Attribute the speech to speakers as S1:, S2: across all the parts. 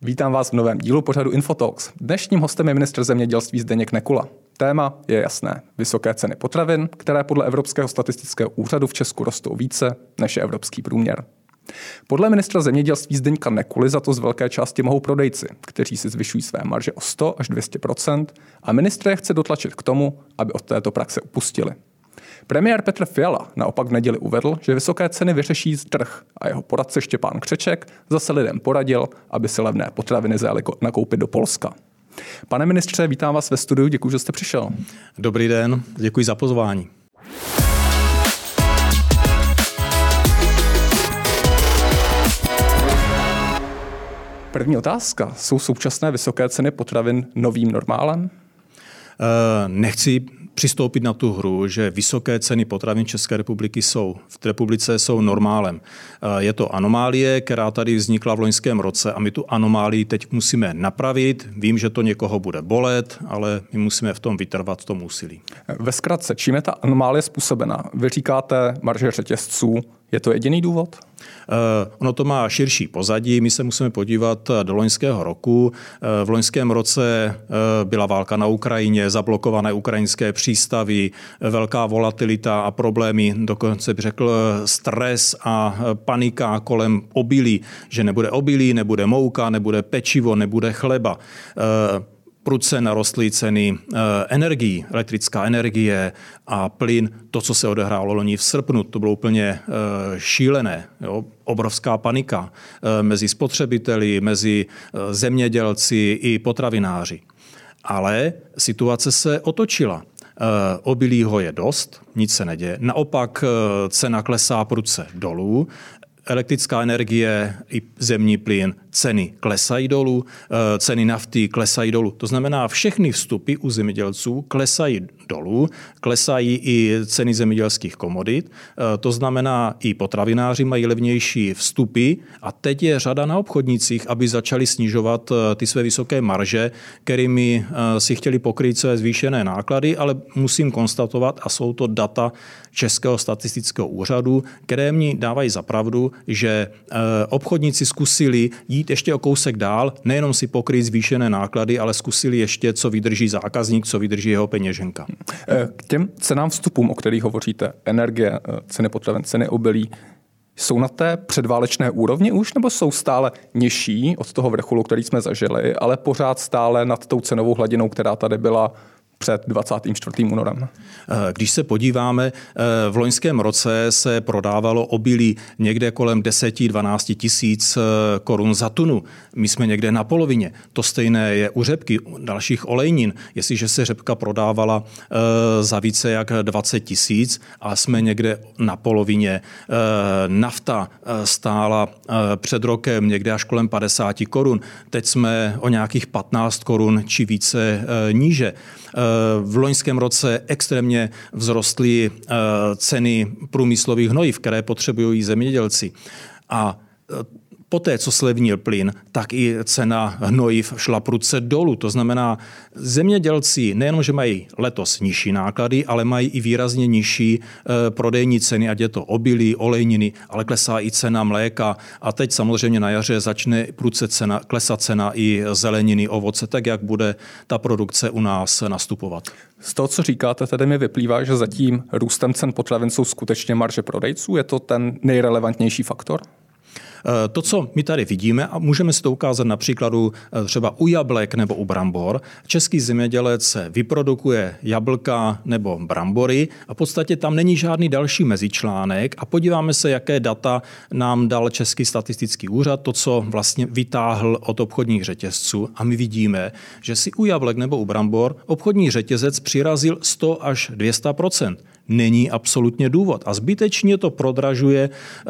S1: Vítám vás v novém dílu pořadu Infotalks. Dnešním hostem je ministr zemědělství Zdeněk Nekula. Téma je jasné. Vysoké ceny potravin, které podle Evropského statistického úřadu v Česku rostou více než je evropský průměr. Podle ministra zemědělství Zdeňka Nekuly za to z velké části mohou prodejci, kteří si zvyšují své marže o 100 až 200% a ministr je chce dotlačit k tomu, aby od této praxe upustili. Premiér Petr Fiala naopak v neděli uvedl, že vysoké ceny vyřeší trh a jeho poradce Štěpán Křeček zase lidem poradil, aby si levné potraviny zajeli nakoupit do Polska. Pane ministře, vítám vás ve studiu, děkuji, že jste přišel.
S2: Dobrý den, děkuji za pozvání.
S1: První otázka. Jsou současné vysoké ceny potravin novým normálem?
S2: Nechci přistoupit na tu hru, že vysoké ceny potravin České republiky v republice jsou normálem. Je to anomálie, která tady vznikla v loňském roce a my tu anomálii teď musíme napravit. Vím, že to někoho bude bolet, ale my musíme v tom vytrvat, v tom úsilí.
S1: Ve zkratce, čím je ta anomálie způsobena? Vy říkáte marže řetězců. Je to jediný důvod?
S2: Ono to má širší pozadí. My se musíme podívat do loňského roku. V loňském roce byla válka na Ukrajině, zablokované ukrajinské přístavy, velká volatilita a problémy, dokonce bych řekl stres a panika kolem obilí, že nebude obilí, nebude mouka, nebude pečivo, nebude chleba. Prudce narostly ceny energií, elektrická energie a plyn. To, co se odehrálo loni v srpnu, to bylo úplně šílené. Jo? Obrovská panika mezi spotřebiteli, mezi zemědělci i potravináři. Ale situace se otočila. Obilího je dost, nic se neděje. Naopak cena klesá prudce dolů. Elektrická energie i zemní plyn, ceny klesají dolů, ceny nafty klesají dolů. To znamená, všechny vstupy u zemědělců klesají dolů, klesají i ceny zemědělských komodit. To znamená, i potravináři mají levnější vstupy a teď je řada na obchodnících, aby začali snižovat ty své vysoké marže, kterými si chtěli pokrýt své zvýšené náklady, ale musím konstatovat, a jsou to data Českého statistického úřadu, které mi dávají za pravdu, že obchodníci zkusili jít ještě o kousek dál, nejenom si pokrýt zvýšené náklady, ale zkusili ještě, co vydrží zákazník, co vydrží jeho peněženka.
S1: K těm cenám vstupům, o kterých hovoříte, energie, ceny potravin, ceny obilí, jsou na té předválečné úrovni už, nebo jsou stále nižší od toho vrcholu, který jsme zažili, ale pořád stále nad tou cenovou hladinou, která tady byla před 24. únorem?
S2: Když se podíváme, v loňském roce se prodávalo obilí někde kolem 10-12 tisíc korun za tunu. My jsme někde na polovině. To stejné je u řepky, dalších olejnin. Jestliže se řepka prodávala za více jak 20 tisíc a jsme někde na polovině. Nafta stála před rokem někde až kolem 50 korun. Teď jsme o nějakých 15 korun či více níže. V loňském roce extrémně vzrostly ceny průmyslových hnojiv, které potřebují zemědělci. A poté, co slevnil plyn, tak i cena hnojiv šla prudce dolů. To znamená, zemědělci nejenom, že mají letos nižší náklady, ale mají i výrazně nižší prodejní ceny, ať je to obilí, olejniny, ale klesá i cena mléka. A teď samozřejmě na jaře začne prudce klesat cena i zeleniny, ovoce, tak jak bude ta produkce u nás nastupovat.
S1: Z toho, co říkáte, tedy mi vyplývá, že zatím růstem cen potravin jsou skutečně marže prodejců. Je to ten nejrelevantnější faktor?
S2: To, co my tady vidíme, a můžeme si to ukázat na příkladu třeba u jablek nebo u brambor, český zemědělec vyprodukuje jablka nebo brambory a v podstatě tam není žádný další mezičlánek a podíváme se, jaké data nám dal Český statistický úřad, to, co vlastně vytáhl od obchodních řetězců a my vidíme, že si u jablek nebo u brambor obchodní řetězec přirazil 100 až 200%. Není absolutně důvod. A zbytečně to prodražuje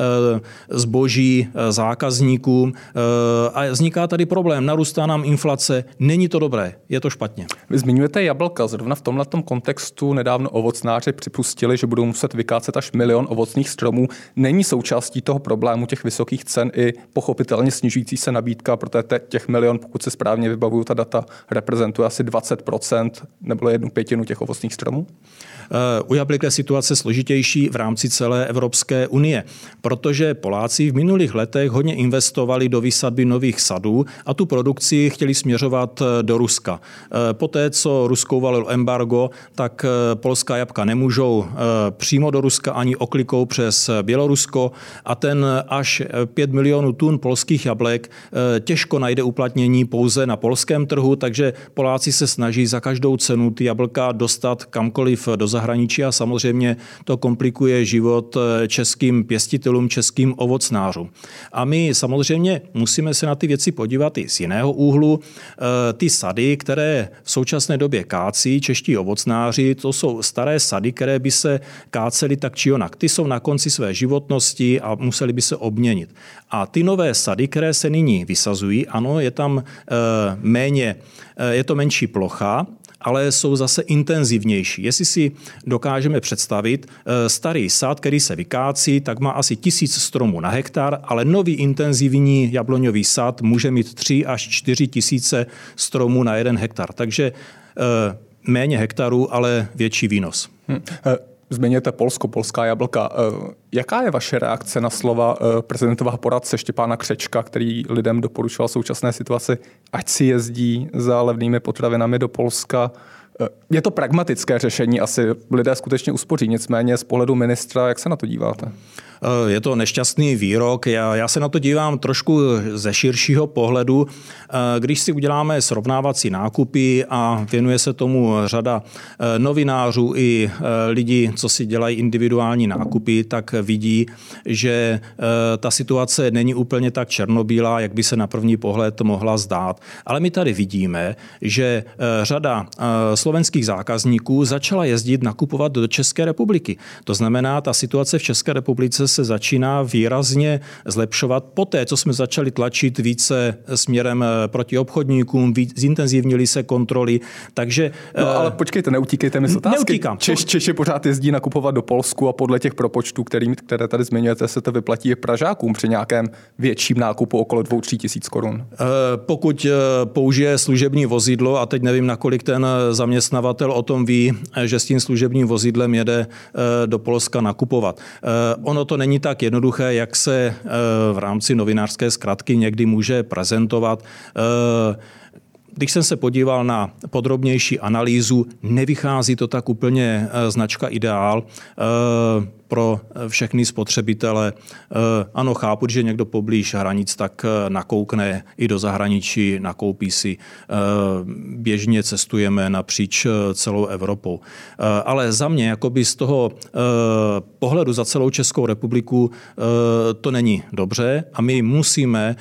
S2: zboží zákazníkům a vzniká tady problém. Narůstá nám inflace. Není to dobré. Je to špatně.
S1: Vy zmiňujete jablka. Zrovna v tomhletom kontextu nedávno ovocnáři připustili, že budou muset vykácet až 1 000 000 ovocných stromů. Není součástí toho problému těch vysokých cen i pochopitelně snižující se nabídka, protože těch 1 000 000, pokud se správně vybavuju, ta data reprezentuje asi 20% nebo 1/5 těch ovocných stromů?
S2: U jablek situace složitější v rámci celé Evropské unie, protože Poláci v minulých letech hodně investovali do výsadby nových sadů a tu produkci chtěli směřovat do Ruska. Poté, co Rusko uvalilo embargo, tak polská jablka nemůžou přímo do Ruska ani oklikou přes Bělorusko a ten až 5 milionů tun polských jablek těžko najde uplatnění pouze na polském trhu, takže Poláci se snaží za každou cenu ty jablka dostat kamkoliv do zahraničí a samozřejmě to komplikuje život českým pěstitelům, českým ovocnářům. A my samozřejmě musíme se na ty věci podívat i z jiného úhlu. Ty sady, které v současné době kácí čeští ovocnáři, to jsou staré sady, které by se kácely tak či onak. Ty jsou na konci své životnosti a museli by se obměnit. A ty nové sady, které se nyní vysazují, ano, je tam je to menší plocha, ale jsou zase intenzivnější. Jestli si dokážeme představit starý sad, který se vykácí, tak má asi 1000 stromů na hektar, ale nový intenzivní jabloňový sad může mít 3 až 4 tisíce stromů na 1 hektar. Takže méně hektarů, ale větší výnos.
S1: Zmiňujete Polsko, polská jablka. Jaká je vaše reakce na slova prezidentova poradce Štěpána Křečka, který lidem doporučoval v současné situaci, ať si jezdí za levnými potravinami do Polska? Je to pragmatické řešení, asi lidé skutečně uspoří, nicméně z pohledu ministra, jak se na to díváte?
S2: Je to nešťastný výrok. Já se na to dívám trošku ze širšího pohledu. Když si uděláme srovnávací nákupy a věnuje se tomu řada novinářů i lidí, co si dělají individuální nákupy, tak vidí, že ta situace není úplně tak černobílá, jak by se na první pohled mohla zdát. Ale my tady vidíme, že řada slovenských zákazníků začala jezdit nakupovat do České republiky. To znamená, ta situace v České republice se začíná výrazně zlepšovat. Poté, co jsme začali tlačit více směrem proti obchodníkům, zintenzivnili se kontroly, takže...
S1: No ale počkejte, neutíkejte mi z otázky.
S2: Neutíkám.
S1: Češi pořád jezdí nakupovat do Polsku a podle těch propočtů, které tady zmiňujete, se to vyplatí i Pražákům při nějakém větším nákupu okolo 2-3 tisíc korun.
S2: Pokud použije služební vozidlo, a teď nevím, nakolik ten zaměstnavatel o tom ví, že s tím služebním vozidlem jede do Polska nakupovat. Ono to není tak jednoduché, jak se v rámci novinářské zkratky někdy může prezentovat. Když jsem se podíval na podrobnější analýzu, nevychází to tak úplně značka ideál pro všechny spotřebitele. Ano, chápu, že někdo poblíž hranic tak nakoukne i do zahraničí, nakoupí si. Běžně cestujeme napříč celou Evropou. Ale za mě, jakoby z toho pohledu za celou Českou republiku, to není dobře a my musíme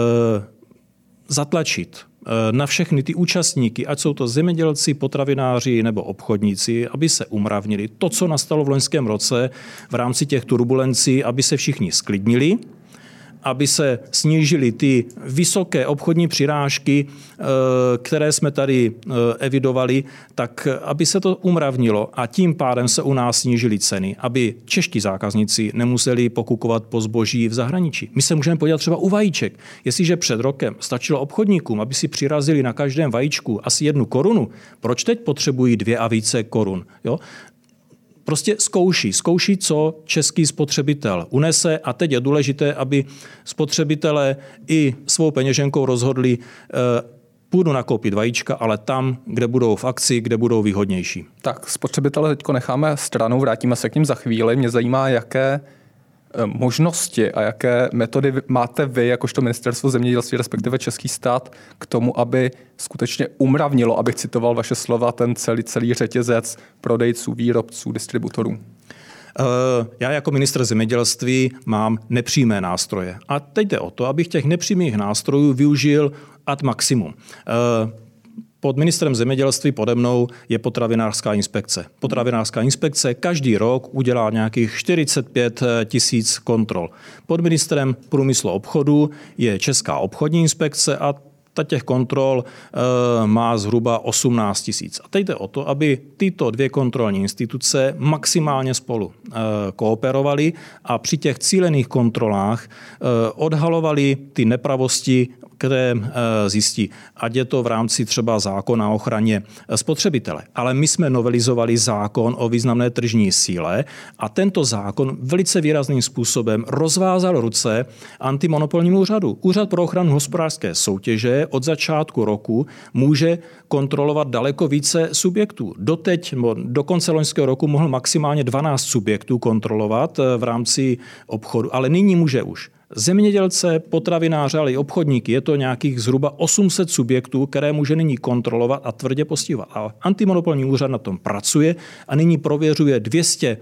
S2: zatlačit na všechny ty účastníky, ať jsou to zemědělci, potravináři nebo obchodníci, aby se umravnili. To, co nastalo v loňském roce v rámci těch turbulencí, aby se všichni sklidnili, aby se snížily ty vysoké obchodní přirážky, které jsme tady evidovali, tak aby se to umravnilo a tím pádem se u nás snížily ceny, aby čeští zákazníci nemuseli pokukovat po zboží v zahraničí. My se můžeme podívat třeba u vajíček. Jestliže před rokem stačilo obchodníkům, aby si přirazili na každém vajíčku asi 1 korunu, proč teď potřebují 2 a více korun? Jo? Prostě zkouší, co český spotřebitel unese a teď je důležité, aby spotřebitelé i svou peněženkou rozhodli, půjdu nakoupit vajíčka, ale tam, kde budou v akci, kde budou výhodnější.
S1: Tak spotřebitele teď necháme stranou, vrátíme se k nim za chvíli. Mě zajímá, jaké možnosti a jaké metody máte vy, jakožto ministerstvo zemědělství, respektive český stát, k tomu, aby skutečně umravnilo, abych citoval vaše slova, ten celý řetězec prodejců, výrobců, distributorů?
S2: Já jako ministr zemědělství mám nepřímé nástroje. A teď jde o to, abych těch nepřímých nástrojů využil ad maximum. Pod ministrem zemědělství pode mnou je potravinářská inspekce. Potravinářská inspekce každý rok udělá nějakých 45 000 kontrol. Pod ministrem průmyslu a obchodu je Česká obchodní inspekce a těch kontrol má zhruba 18 000. A teď jde o to, aby tyto dvě kontrolní instituce maximálně spolu kooperovaly a při těch cílených kontrolách odhalovali ty nepravosti, které zjistí, ať je to v rámci třeba zákona o ochraně spotřebitele. Ale my jsme novelizovali zákon o významné tržní síle a tento zákon velice výrazným způsobem rozvázal ruce antimonopolnímu úřadu. Úřad pro ochranu hospodářské soutěže od začátku roku může kontrolovat daleko více subjektů. Do konce loňského roku mohl maximálně 12 subjektů kontrolovat v rámci obchodu, ale nyní může už zemědělce, potravináře, ale i obchodníky. Je to nějakých zhruba 800 subjektů, které může nyní kontrolovat a tvrdě postihovat. A antimonopolní úřad na tom pracuje a nyní prověřuje 200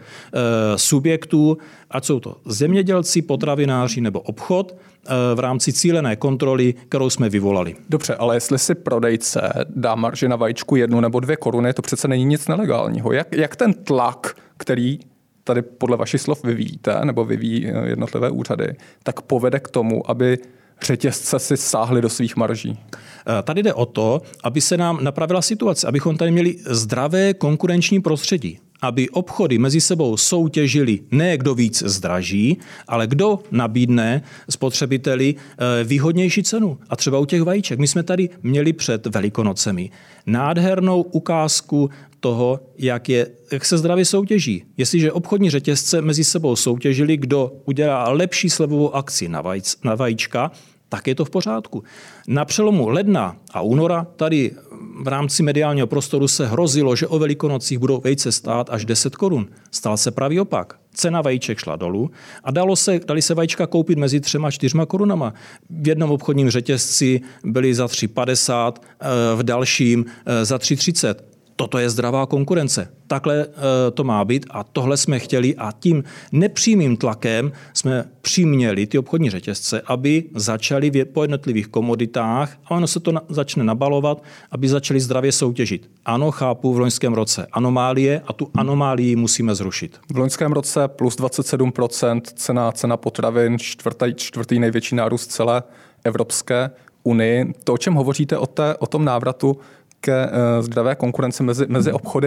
S2: subjektů, ať jsou to zemědělci, potravináři nebo obchod, v rámci cílené kontroly, kterou jsme vyvolali.
S1: Dobře, ale jestli si prodejce dá marži na vajíčku 1 nebo 2 koruny, to přece není nic nelegálního. Jak ten tlak, který tady podle vašich slov vyvíjíte, nebo vyvíjí jednotlivé úřady, tak povede k tomu, aby řetězce si sáhly do svých marží?
S2: Tady jde o to, aby se nám napravila situace, abychom tady měli zdravé konkurenční prostředí, aby obchody mezi sebou soutěžily ne kdo víc zdraží, ale kdo nabídne spotřebiteli výhodnější cenu. A třeba u těch vajíček. My jsme tady měli před Velikonocemi nádhernou ukázku toho, jak se zdravě soutěží. Jestliže obchodní řetězce mezi sebou soutěžili, kdo udělá lepší slevovou akci na vajíčka, tak je to v pořádku. Na přelomu ledna a února tady v rámci mediálního prostoru se hrozilo, že o Velikonocích budou vejce stát až 10 korun. Stal se pravý opak. Cena vajíček šla dolů a dali se vajíčka koupit mezi 3 a 4 korunama. V jednom obchodním řetězci byly za 3,50, v dalším za 3,30. Toto je zdravá konkurence. Takhle to má být a tohle jsme chtěli a tím nepřímým tlakem jsme přiměli ty obchodní řetězce, aby začali po jednotlivých komoditách a ono se to začne nabalovat, aby začali zdravě soutěžit. Ano, chápu v loňském roce anomálie a tu anomálii musíme zrušit. V
S1: loňském roce plus 27% cena potravin, čtvrtý největší nárůst celé Evropské unii. To, o čem hovoříte o tom návratu ke zdravé konkurenci mezi obchody.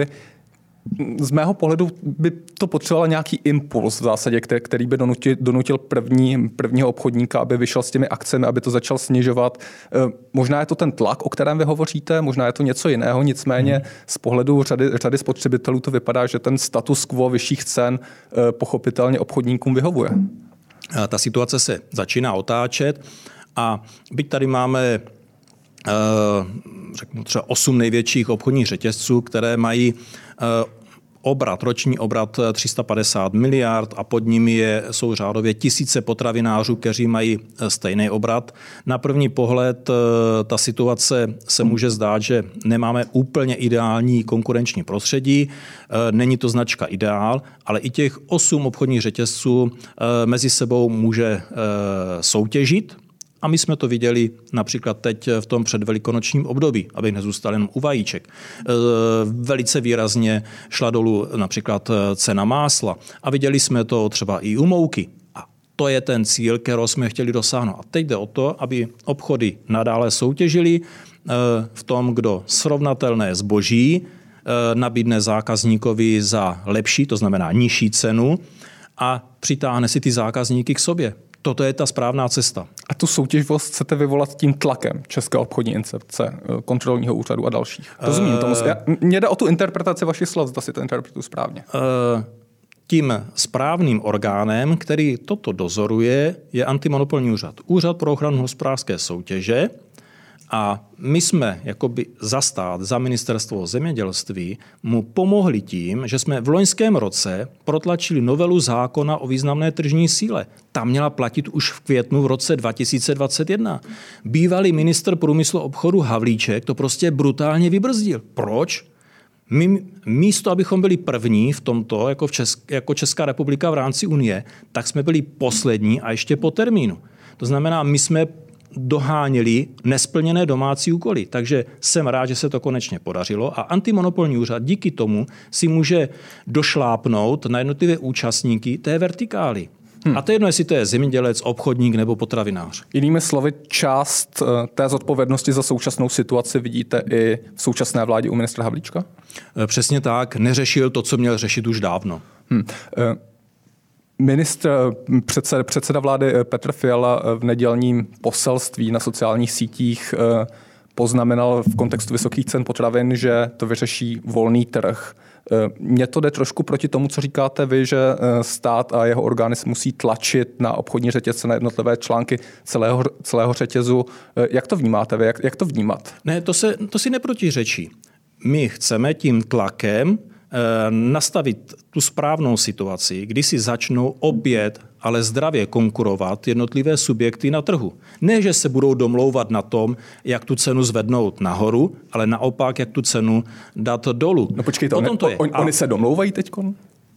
S1: Z mého pohledu by to potřeboval nějaký impuls v zásadě, který by donutil prvního obchodníka, aby vyšel s těmi akcemi, aby to začal snižovat. Možná je to ten tlak, o kterém vy hovoříte, možná je to něco jiného, nicméně z pohledu řady spotřebitelů to vypadá, že ten status quo vyšších cen pochopitelně obchodníkům vyhovuje.
S2: Ta situace se začíná otáčet a byť tady máme řeknu třeba 8 největších obchodních řetězců, které mají roční obrat 350 miliard a pod nimi jsou řádově tisíce potravinářů, kteří mají stejný obrat. Na první pohled ta situace se může zdát, že nemáme úplně ideální konkurenční prostředí. Není to značka Ideál, ale i těch 8 obchodních řetězců mezi sebou může soutěžit. A my jsme to viděli například teď v tom předvelikonočním období, abych nezůstal jenom u vajíček. Velice výrazně šla dolů například cena másla a viděli jsme to třeba i u mouky. A to je ten cíl, kterého jsme chtěli dosáhnout. A teď jde o to, aby obchody nadále soutěžily v tom, kdo srovnatelné zboží nabídne zákazníkovi za lepší, to znamená nižší cenu a přitáhne si ty zákazníky k sobě. Toto je ta správná cesta.
S1: A tu soutěživost chcete vyvolat tím tlakem České obchodní inspekce, kontrolního úřadu a dalších? Rozumím tomu. Mně jde o tu interpretaci vašich slov, zda si to interpretuji správně.
S2: Tím správným orgánem, který toto dozoruje, je antimonopolní úřad. Úřad pro ochranu hospodářské soutěže. A my jsme jakoby za stát, za ministerstvo zemědělství mu pomohli tím, že jsme v loňském roce protlačili novelu zákona o významné tržní síle. Ta měla platit už v květnu v roce 2021. Bývalý ministr průmyslu a obchodu Havlíček to prostě brutálně vybrzdil. Proč? My místo, abychom byli první v tomto, jako Česká republika v rámci Unie, tak jsme byli poslední a ještě po termínu. To znamená, my jsme doháněli nesplněné domácí úkoly. Takže jsem rád, že se to konečně podařilo a antimonopolní úřad díky tomu si může došlápnout na jednotlivé účastníky té vertikály. A to je jedno, jestli to je zemědělec, obchodník nebo potravinář.
S1: Jinými slovy, část té zodpovědnosti za současnou situaci vidíte i v současné vládě u ministra Havlíčka?
S2: Přesně tak, neřešil to, co měl řešit už dávno.
S1: Předseda vlády Petr Fiala v nedělním poselství na sociálních sítích poznamenal v kontextu vysokých cen potravin, že to vyřeší volný trh. Mně to jde trošku proti tomu, co říkáte vy, že stát a jeho orgány musí tlačit na obchodní řetězce, na jednotlivé články celého řetězu. Jak to vnímáte vy? Jak to vnímat?
S2: Ne, to si neprotiřečí. My chceme tím tlakem nastavit tu správnou situaci, kdy si začnou opět, ale zdravě konkurovat jednotlivé subjekty na trhu. Ne, že se budou domlouvat na tom, jak tu cenu zvednout nahoru, ale naopak, jak tu cenu dát dolů.
S1: No počkejte, oni se domlouvají teďkon?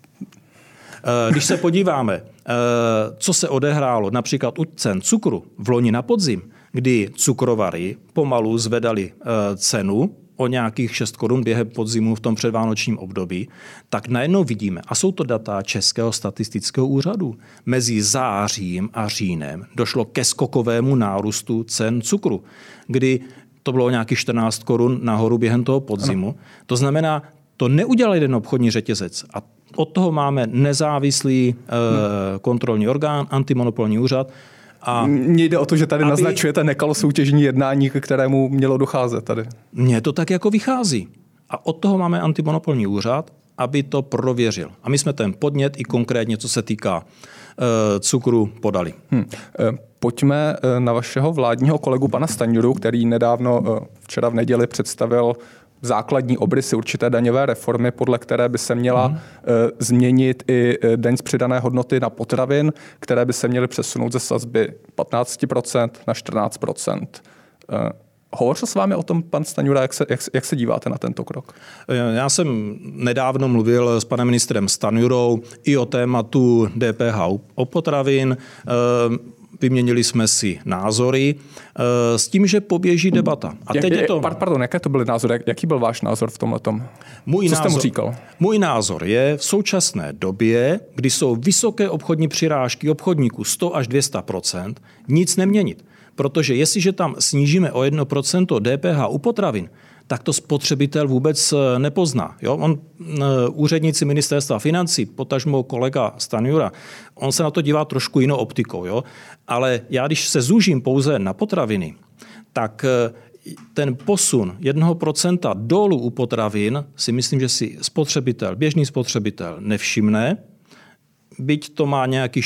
S2: Když se podíváme, co se odehrálo například u cen cukru v loni na podzim, kdy cukrovary pomalu zvedali cenu o nějakých 6 korun během podzimu v tom předvánočním období, tak najednou vidíme, a jsou to data Českého statistického úřadu, mezi zářím a říjnem došlo ke skokovému nárůstu cen cukru, kdy to bylo nějakých 14 korun nahoru během toho podzimu. Ano. To znamená, to neudělal jeden obchodní řetězec a od toho máme nezávislý kontrolní orgán, antimonopolní úřad.
S1: A mně jde o to, že tady naznačujete nekalosoutěžní jednání, ke kterému mělo docházet tady.
S2: Mně to tak jako vychází. A od toho máme antimonopolní úřad, aby to prověřil. A my jsme ten podnět i konkrétně, co se týká cukru, podali.
S1: Pojďme na vašeho vládního kolegu pana Stanjuru, který nedávno včera v neděli představil základní obrysy určité daňové reformy, podle které by se měla změnit i daň z přidané hodnoty na potravin, které by se měly přesunout ze sazby 15% na 14%. Hovořil s vámi o tom pan Stanjura, jak se díváte na tento krok?
S2: Já jsem nedávno mluvil s panem ministrem Stanjurou i o tématu DPH o potravin. Vyměnili jsme si názory s tím, že poběží debata. A teď je to...
S1: Pardon, jaké to byly názory? Jaký byl váš názor v tomhletom? Co jste mu říkal?
S2: Můj názor je v současné době, kdy jsou vysoké obchodní přirážky obchodníků 100 až 200%, nic neměnit. Protože jestliže tam snížíme o 1% DPH u potravin, tak to spotřebitel vůbec nepozná. Jo? Úředníci ministerstva financí, potažmo kolega Stanjura, on se na to dívá trošku jinou optikou. Jo? Ale já, když se zúžím pouze na potraviny, tak ten posun 1% dolů u potravin si myslím, že si běžný spotřebitel nevšimne, byť to má nějaký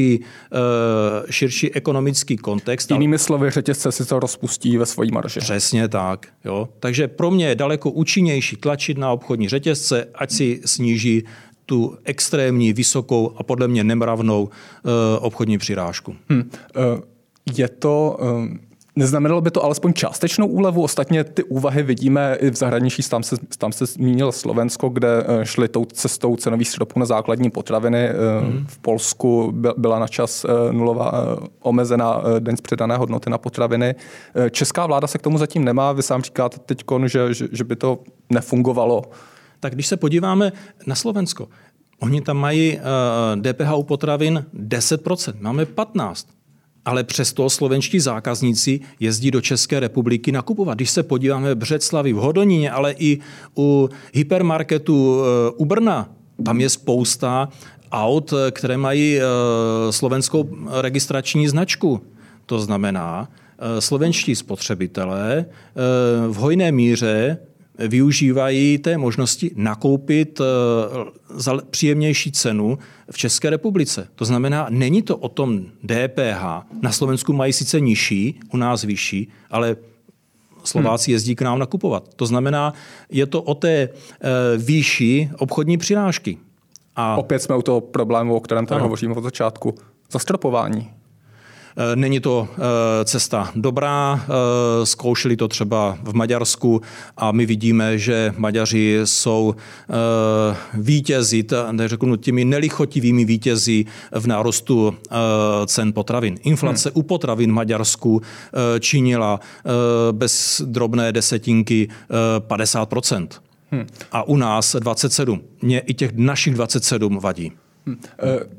S2: širší ekonomický kontext.
S1: Jinými slovy, řetězce si to rozpustí ve svojí marži.
S2: Přesně tak. Jo. Takže pro mě je daleko účinnější tlačit na obchodní řetězce, ať si sníží tu extrémní, vysokou a podle mě nemravnou obchodní přirážku.
S1: Je to... Neznamenalo by to alespoň částečnou úlevu? Ostatně ty úvahy vidíme i v zahraničí. Tam se zmínil Slovensko, kde šli tou cestou cenových stropů na základní potraviny. V Polsku byla na čas nulová omezená daň z přidané hodnoty na potraviny. Česká vláda se k tomu zatím nemá. Vy sám říkáte teď, že by to nefungovalo.
S2: Tak když se podíváme na Slovensko, oni tam mají DPH u potravin 10%, máme 15%. Ale přesto slovenští zákazníci jezdí do České republiky nakupovat. Když se podíváme v Břeclavi, v Hodoníně, ale i u hypermarketu u Brna, tam je spousta aut, které mají slovenskou registrační značku. To znamená, slovenští spotřebitelé v hojné míře využívají té možnosti nakoupit za příjemnější cenu v České republice. To znamená, není to o tom DPH. Na Slovensku mají sice nižší, u nás vyšší, ale Slováci jezdí k nám nakupovat. To znamená, je to o té výši obchodní přirážky.
S1: A opět jsme u toho problému, o kterém tady hovoříme od začátku. Zastropování.
S2: Není to cesta dobrá, zkoušeli to třeba v Maďarsku a my vidíme, že Maďaři jsou vítězi, neřeknu těmi nelichotivými vítězi v nárůstu cen potravin. Inflace u potravin v Maďarsku činila bez drobné desetinky 50%. A u nás 27%. Mně i těch našich 27 vadí.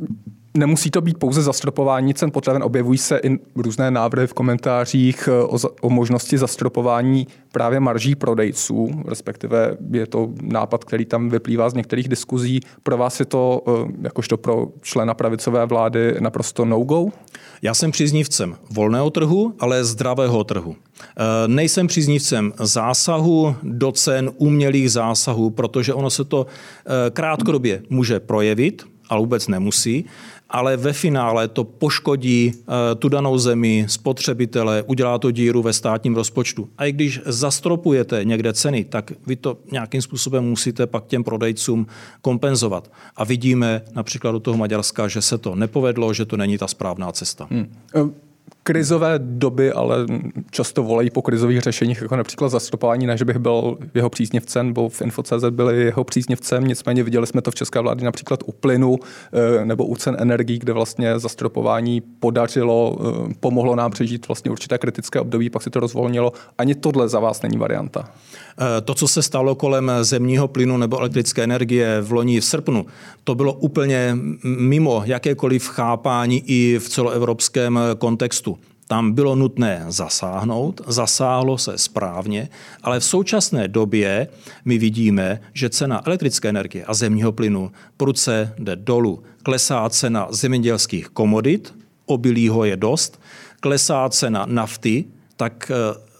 S1: Nemusí to být pouze zastropování cen potravin, objevují se i různé návrhy v komentářích o možnosti zastropování právě marží prodejců, respektive je to nápad, který tam vyplývá z některých diskuzí. Pro vás je to, jakožto pro člena pravicové vlády, naprosto no-go?
S2: Já jsem příznivcem volného trhu, ale zdravého trhu. Nejsem příznivcem zásahu do cen, umělých zásahů, protože ono se to krátkodobě může projevit, ale vůbec nemusí, ale ve finále to poškodí tu danou zemi, spotřebitele, udělá to díru ve státním rozpočtu. A i když zastropujete někde ceny, tak vy to nějakým způsobem musíte pak těm prodejcům kompenzovat. A vidíme například u toho Maďarska, že se to nepovedlo, že to není ta správná cesta.
S1: Krizové doby ale často volají po krizových řešeních, jako například zastropování, ne, že bych byl jeho příznivcem, nebo v Info.cz byli jeho příznivcem, nicméně viděli jsme to v české vládě například u plynu nebo u cen energií, kde vlastně zastropování pomohlo nám přežít vlastně určité kritické období, pak se to rozvolnilo. Ani tohle za vás není varianta.
S2: To, co se stalo kolem zemního plynu nebo elektrické energie v loni v srpnu, to bylo úplně mimo jakékoliv chápání i v celoevropském kontextu. Tam bylo nutné zasáhnout, zasáhlo se správně, ale v současné době my vidíme, že cena elektrické energie a zemního plynu prudce jde dolů. Klesá cena zemědělských komodit, obilího je dost, klesá cena nafty, tak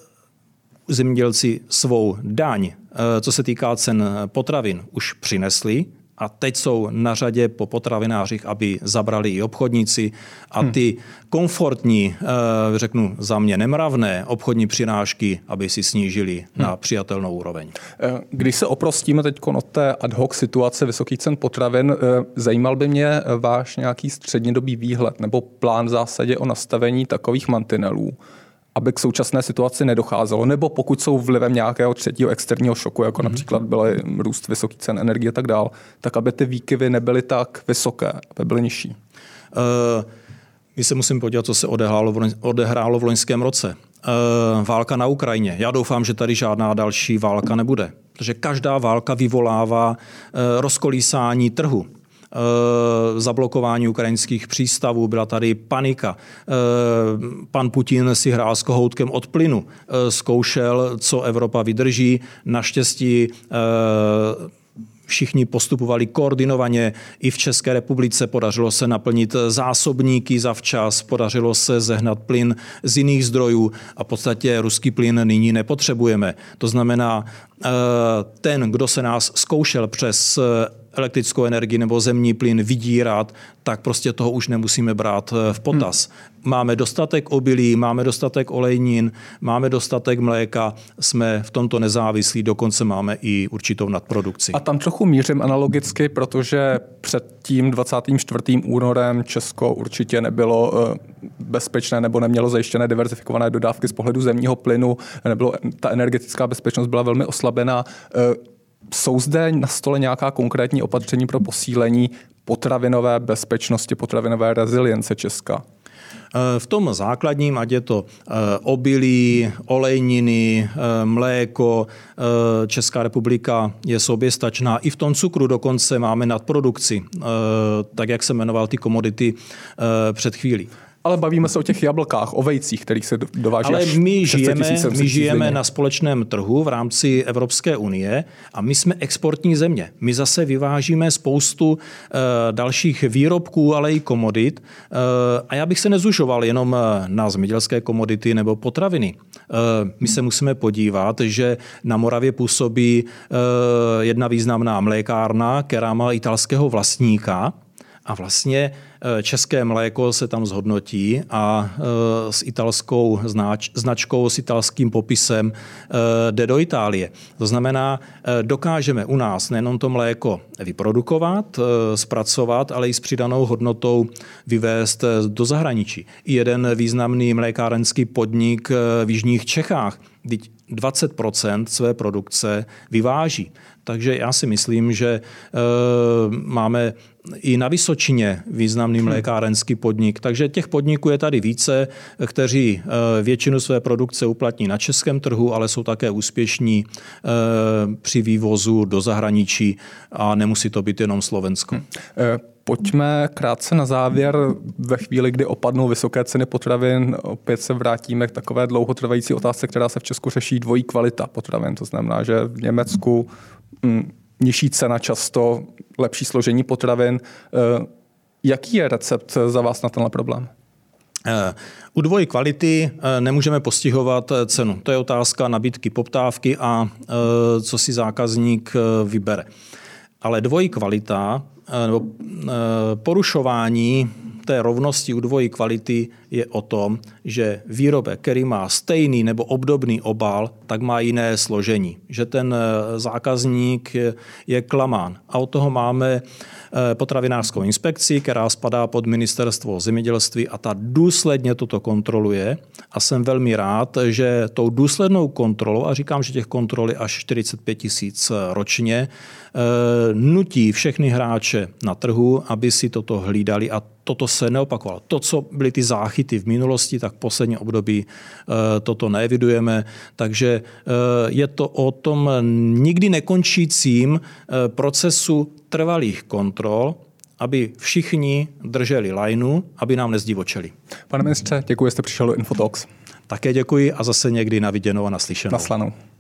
S2: zemědělci svou daň, co se týká cen potravin, už přinesli a teď jsou na řadě po potravinářích, aby zabrali i obchodníci a ty komfortní, řeknu za mě nemravné obchodní přirážky, aby si snížili na přijatelnou úroveň.
S1: Když se oprostíme teď od té ad hoc situace vysokých cen potravin, zajímal by mě váš nějaký střednědobý výhled nebo plán v zásadě o nastavení takových mantinelů, aby k současné situaci nedocházelo, nebo pokud jsou vlivem nějakého třetího externího šoku, jako například byl růst vysokých cen energie a tak dál, tak aby ty výkyvy nebyly tak vysoké, aby byly nižší.
S2: My se musíme podívat, co se odehrálo v loňském roce. Válka na Ukrajině. Já doufám, že tady žádná další válka nebude, protože každá válka vyvolává rozkolísání trhu. Zablokování ukrajinských přístavů, byla tady panika. Pan Putin si hrál s kohoutkem od plynu. Zkoušel, co Evropa vydrží. Naštěstí všichni postupovali koordinovaně. I v České republice podařilo se naplnit zásobníky zavčas, podařilo se zehnat plyn z jiných zdrojů a v podstatě ruský plyn nyní nepotřebujeme. To znamená, ten, kdo se nás zkoušel přes elektrickou energii nebo zemní plyn vydírat, tak prostě toho už nemusíme brát v potaz. Máme dostatek obilí, máme dostatek olejnin, máme dostatek mléka, jsme v tomto nezávislí, dokonce máme i určitou nadprodukci.
S1: A tam trochu mířím analogicky, protože před tím 24. únorem Česko určitě nebylo bezpečné nebo nemělo zajištěné diverzifikované dodávky z pohledu zemního plynu, ta energetická bezpečnost byla velmi oslabená. Jsou zde na stole nějaká konkrétní opatření pro posílení potravinové bezpečnosti, potravinové rezilience Česka?
S2: V tom základním, ať je to obilí, olejniny, mléko, Česká republika je soběstačná. I v tom cukru dokonce máme nadprodukci, tak jak jsem jmenoval ty komodity před chvílí.
S1: Ale bavíme se o těch jablkách, o vejcích, kterých se dováží.
S2: Ale my žijeme na společném trhu v rámci Evropské unie a my jsme exportní země. My zase vyvážíme spoustu dalších výrobků, ale i komodit. A já bych se nezužoval jenom na zemědělské komodity nebo potraviny. My se musíme podívat, že na Moravě působí jedna významná mlékárna, která má italského vlastníka. A vlastně české mléko se tam zhodnotí a s italskou značkou, s italským popisem jde do Itálie. To znamená, dokážeme u nás nejenom to mléko vyprodukovat, zpracovat, ale i s přidanou hodnotou vyvést do zahraničí. I jeden významný mlékárenský podnik v jižních Čechách, 20% své produkce vyváží. Takže já si myslím, že máme i na Vysočině významný mlékárenský podnik. Takže těch podniků je tady více, kteří většinu své produkce uplatní na českém trhu, ale jsou také úspěšní při vývozu do zahraničí a nemusí to být jenom Slovensko.
S1: Pojďme krátce na závěr. Ve chvíli, kdy opadnou vysoké ceny potravin, opět se vrátíme k takové dlouhotrvající otázce, která se v Česku řeší, dvojí kvalita potravin. To znamená, že v Německu nižší cena, často lepší složení potravin. Jaký je recept za vás na tenhle problém?
S2: U dvojí kvality nemůžeme postihovat cenu. To je otázka nabídky, poptávky a co si zákazník vybere. Ale dvojí kvalita nebo porušování té rovnosti u dvojí kvality je o tom, že výrobek, který má stejný nebo obdobný obal, tak má jiné složení. Že ten zákazník je klamán. A od toho máme potravinářskou inspekci, která spadá pod ministerstvo zemědělství a ta důsledně toto kontroluje. A jsem velmi rád, že tou důslednou kontrolou, a říkám, že těch kontrol je až 45 000 ročně, nutí všechny hráče na trhu, aby si toto hlídali a toto se neopakovalo. To, co byly ty záchyty v minulosti, tak v posledním období toto neevidujeme. Takže je to o tom nikdy nekončícím procesu trvalých kontrol, aby všichni drželi lajnu, aby nám nezdivočeli.
S1: Pane ministře, děkuji, že jste přišel do Infotalks.
S2: Také děkuji a zase někdy na viděnou a naslyšenou.
S1: Naslanou.